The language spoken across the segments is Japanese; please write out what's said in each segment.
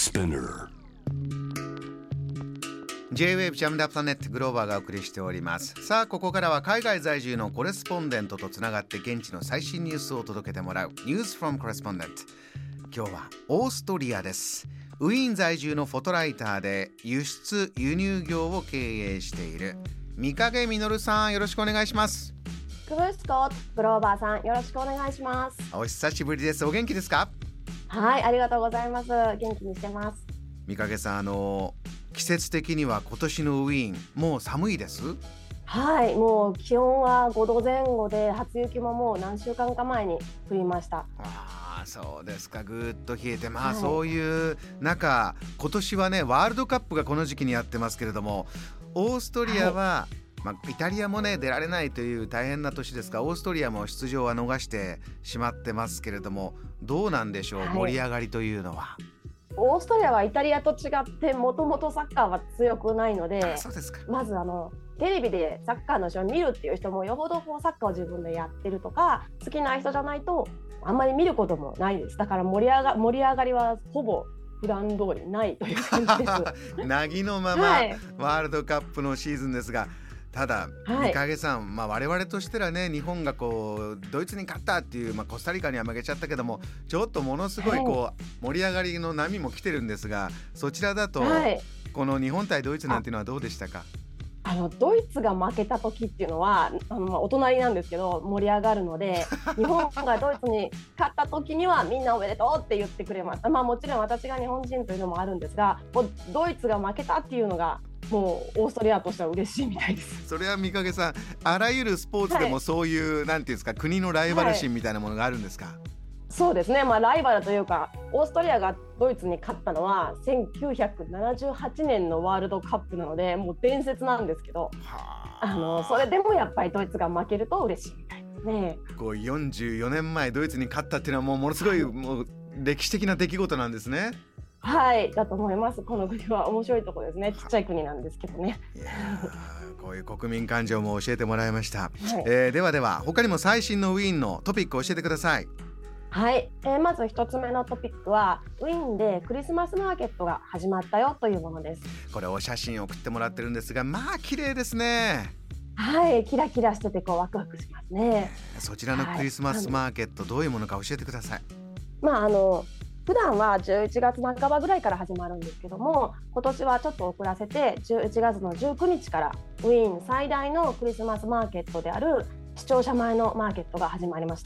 Spinner J-Wave ジャムダプラネットグローバーがお送りしております。さあここからは海外在住のコレスポンデントとつながって現地の最新ニュースを届けてもらう News from Correspondent。 今日はオーストリアです。ウィーン在住のフォトライターで輸出輸入業を経営している三影実さん、よろしくお願いします。 グルスコットグローバーさん、よろしくお願いします。 お久しぶりです。お元気ですか？ はい、ありがとうございます。元気にしてます。 三影さん、季節的には今年のウィーンもう寒いです？ はい、もう気温は5度前後で初雪ももう何週間か前に降りました。 ああ、そうですか。ぐっと冷えて、 はい、 そういう中、今年はねワールドカップがこの時期にやってますけれども、オーストリアは、イタリアもね出られないという大変な年ですが、オーストリアも出場は逃してしまってますけれども、どうなんでしょう、盛り上がりというのは。 オーストリアはイタリアと違ってもともとサッカーは強くないので、 そうですか。 まずテレビでサッカーの試合を見るっていう人もよほどサッカーを自分でやってるとか好きな人じゃないとあんまり見ることもないです。だから盛り上がりはほぼ普段通りないという感じですなぎのまま、ワールドカップのシーズンですが、ただ三影さん、我々としてはね、日本がドイツに勝ったっていう、コスタリカには負けちゃったけども、ちょっとものすごい盛り上がりの波も来てるんですが、そちらだと、この日本対ドイツなんていうのはどうでしたか？ ドイツが負けた時っていうのはお隣なんですけど盛り上がるので日本がドイツに勝った時にはみんなおめでとうって言ってくれます。もちろん私が日本人というのもあるんですが、もうドイツが負けたっていうのがもうオーストリアとしては嬉しいみたいです。 それは三影さん、あらゆるスポーツでもそういう、なんていうんですか、国のライバル心みたいなものがあるんですか？ そうですね、ライバルというか、オーストリアがドイツに勝ったのは1978年のワールドカップなので、もう伝説なんですけど、それでもやっぱりドイツが負けると嬉しいみたいですね。 44年前ドイツに勝ったっていうのはものすごい、もう歴史的な出来事なんですね。 はい、だと思います。この国は面白いところですね。ちっちゃい国なんですけどね。 いやこういう国民感情も教えてもらいました。では他にも最新のウィーンのトピックを教えてください。 はい、まず一つ目のトピックはウィーンでクリスマスマーケットが始まったよというものです。 これお写真送ってもらってるんですが、綺麗ですね。 はい、キラキラしててワクワクしますね。 そちらのクリスマスマーケット、どういうものか教えてください。 普段は11月半ばぐらいから始まるんですけども、今年はちょっと遅らせて11月の19日からウィーン最大のクリスマスマーケットである視聴者前のマーケットが始まりました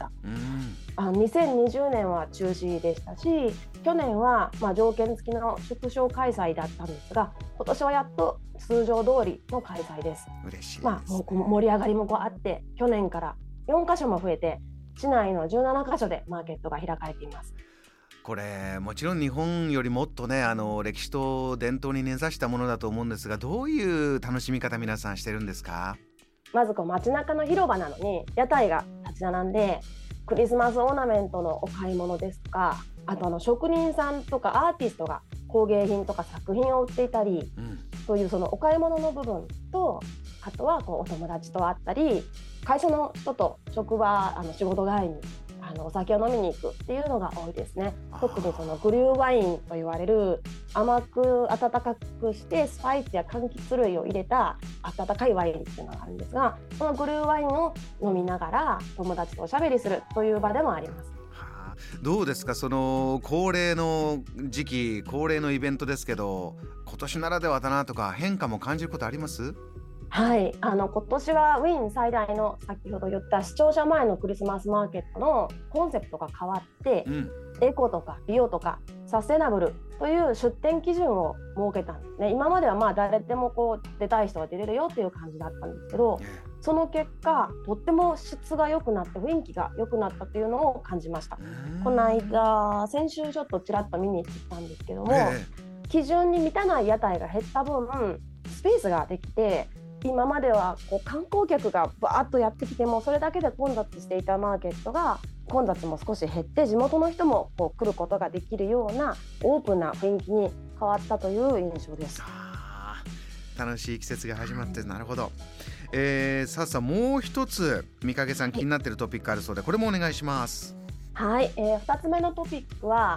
。2020年は中止でしたし、去年は条件付きの縮小開催だったんですが、今年はやっと通常通りの開催です。 嬉しいです。 もう盛り上がりもあって、去年から4カ所も増えて市内の17カ所でマーケットが開かれています。 これもちろん日本よりもっとね、歴史と伝統に根ざしたものだと思うんですが、どういう楽しみ方皆さんしてるんですか？ まず街中の広場なのに屋台が立ち並んで、クリスマスオーナメントのお買い物ですとか、あと職人さんとかアーティストが工芸品とか作品を売っていたり、というそのお買い物の部分と、あとはお友達と会ったり、会社の人と職場仕事帰りにお酒を飲みに行くっていうのが多いですね。特にそのグリューワインと言われる甘く温かくしてスパイスや柑橘類を入れた温かいワインっていうのがあるんですが、そのグリューワインを飲みながら友達とおしゃべりするという場でもあります。 どうですか、その恒例の時期、恒例のイベントですけど、今年ならではだなとか変化も感じることあります？ はい、今年はウィーン最大の先ほど言った視聴者前のクリスマスマーケットのコンセプトが変わって、エコとかビオとかサステナブルという出店基準を設けたんですね。今までは誰でも出たい人は出れるよっていう感じだったんですけど、その結果とっても質が良くなって雰囲気が良くなったというのを感じました。この間先週ちょっとちらっと見に行ってきたんですけども、基準に満たない屋台が減った分スペースができて、今までは観光客がバーッとやってきてもそれだけで混雑していたマーケットが混雑も少し減って、地元の人も来ることができるようなオープンな雰囲気に変わったという印象です。 楽しい季節が始まって、なるほど。さあもう一つ三影さん気になっているトピックあるそうで、これもお願いします。 はい、2つ目のトピックは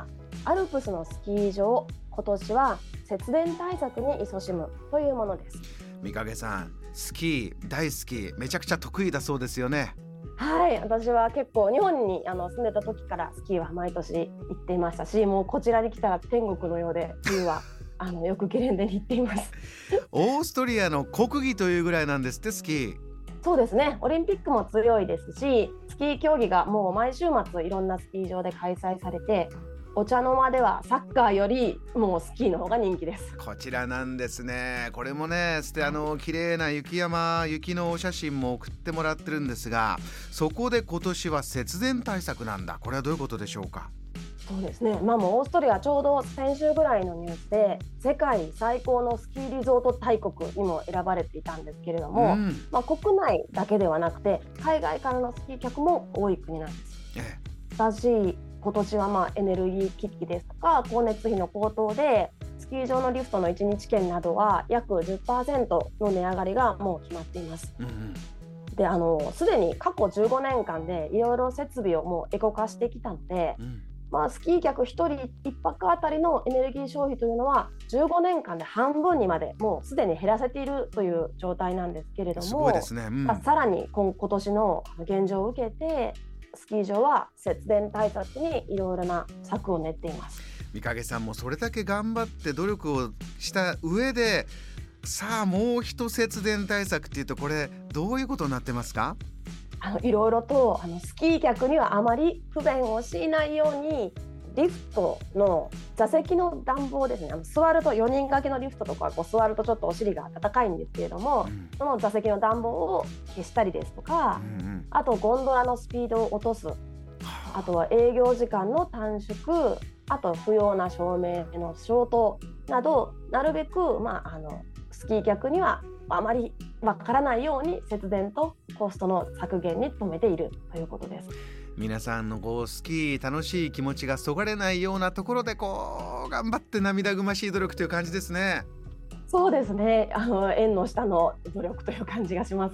アルプスのスキー場、今年は節電対策に勤しむというものです。 三影さん、スキー大好き、めちゃくちゃ得意だそうですよね。 はい、私は結構日本に住んでた時からスキーは毎年行っていましたし、もうこちらに来たら天国のようで、冬はよくゲレンデに行っていますオーストリアの国技というぐらいなんですって、スキー。 そうですね、オリンピックも強いですし、スキー競技がもう毎週末いろんなスキー場で開催されて、お茶の間ではサッカーよりもうスキーの方が人気です。 こちらなんですね。これもね、綺麗な雪のお写真も送ってもらってるんですが、そこで今年は節電対策なんだ。これはどういうことでしょうか？ そうですね、もうオーストリアちょうど先週ぐらいのニュースで世界最高のスキーリゾート大国にも選ばれていたんですけれども、国内だけではなくて海外からのスキー客も多い国なんです。私、今年はエネルギー危機ですとか光熱費の高騰でスキー場のリフトの1日券などは約 10% の値上がりがもう決まっています。ですでに過去15年間でいろいろ設備をもうエコ化してきたので、スキー客1人1泊あたりのエネルギー消費というのは15年間で半分にまでもうすでに減らせているという状態なんですけれども、 すごいですね。 さらに今年の現状を受けてスキー場は節電対策にいろいろな策を練っています。 三影さんもそれだけ頑張って努力をした上で、さあもう一節電対策っていうと、これどういうことになってますか？ いろいろとスキー客にはあまり不便をしないようにリフトの座席の暖房ですね、座ると4人掛けのリフトとか座るとちょっとお尻が温かいんですけれども、その座席の暖房を消したりですとか、あとゴンドラのスピードを落とす、あとは営業時間の短縮、あと不要な照明の消灯など、なるべく、スキー客にはあまりわからないように節電とコストの削減に努めているということです。 皆さんのスキー楽しい気持ちがそがれないようなところで頑張って涙ぐましい努力という感じですね。 そうですね、縁の下の努力という感じがします。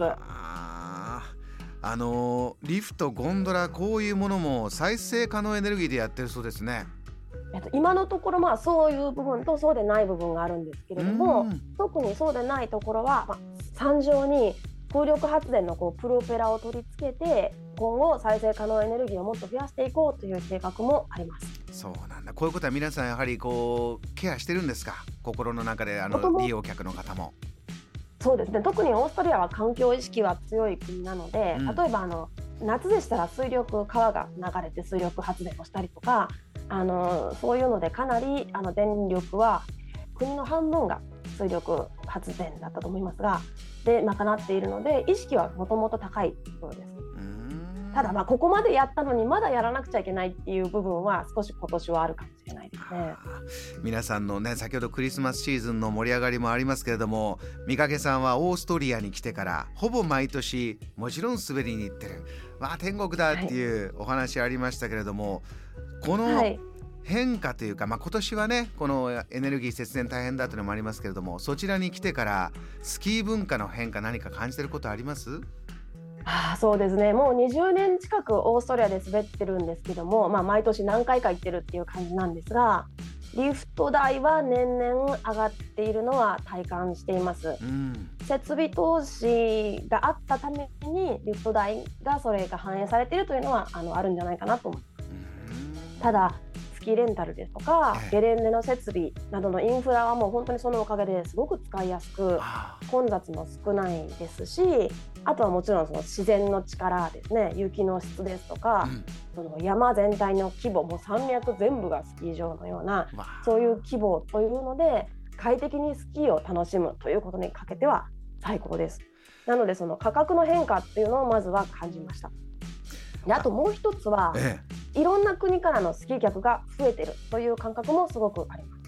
リフト、ゴンドラ、こういうものも再生可能エネルギーでやってるそうですね。 今のところそういう部分とそうでない部分があるんですけれども、特にそうでないところは、山上に風力発電のプロペラを取り付けて今後再生可能エネルギーをもっと増やしていこうという計画もあります。 そうなんだ。こういうことは皆さんやはりケアしてるんですか？心の中で利用客の方も。 そうですね、特にオーストリアは環境意識は強い国なので、例えば夏でしたら川が流れて水力発電をしたりとか、そういうのでかなり電力は国の半分が水力発電だったと思いますがで賄っているので、意識はもともと高いところです。ただここまでやったのにまだやらなくちゃいけないっていう部分は少し今年はあるかもしれないですね。 皆さんのね、先ほどクリスマスシーズンの盛り上がりもありますけれども、三影さんはオーストリアに来てからほぼ毎年もちろん滑りに行ってる、天国だっていうお話ありましたけれども、この変化というか、今年はねこのエネルギー節電大変だというのもありますけれども、そちらに来てからスキー文化の変化何か感じてることあります？ そうですね、もう20年近くオーストリアで滑ってるんですけども、毎年何回か行ってるっていう感じなんですが、リフト代は年々上がっているのは体感しています。設備投資があったためにリフト代がそれが反映されているというのはあるんじゃないかなと思います。ただスキーレンタルですとかゲレンデの設備などのインフラはもう本当にそのおかげですごく使いやすく、混雑も少ないですし、あとはもちろんその自然の力ですね、雪の質ですとか、その山全体の規模も山脈全部がスキー場のようなそういう規模というので快適にスキーを楽しむということにかけては最高です。なのでその価格の変化っていうのをまずは感じました。であともう一つは、いろんな国からのスキー客が増えてるという感覚もすごくあります。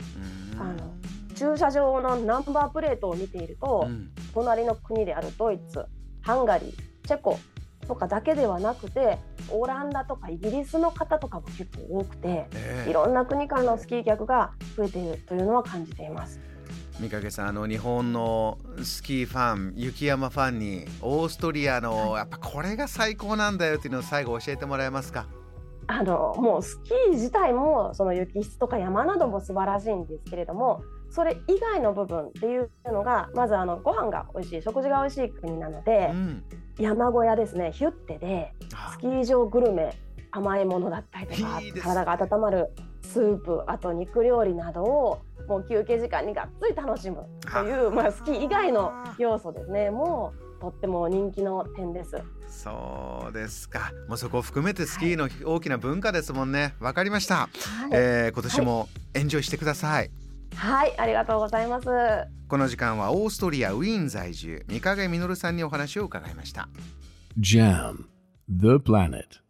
駐車場のナンバープレートを見ていると、隣の国であるドイツ、ハンガリー、チェコとかだけではなくてオランダとかイギリスの方とかも結構多くて、いろんな国からのスキー客が増えているというのは感じています。 三影さん、日本のスキーファン、雪山ファンにオーストリアのやっぱこれが最高なんだよっていうのを最後教えてもらえますか？ もうスキー自体もその雪質とか山なども素晴らしいんですけれども、それ以外の部分っていうのがまずご飯が美味しい、食事が美味しい国なので、山小屋ですね、ヒュッテでスキー場グルメ、甘いものだったりとか、体が温まるスープ、あと肉料理などをもう休憩時間にがっつり楽しむという、スキー以外の要素ですね、もうとっても人気の点です。 そうですか。もうそこを含めてスキーの大きな文化ですもんね。わかりました、今年もエンジョイしてください。 はい、ありがとうございます。 この時間はオーストリア・ウィーン在住、三影実さんにお話を伺いました。 JAM The Planet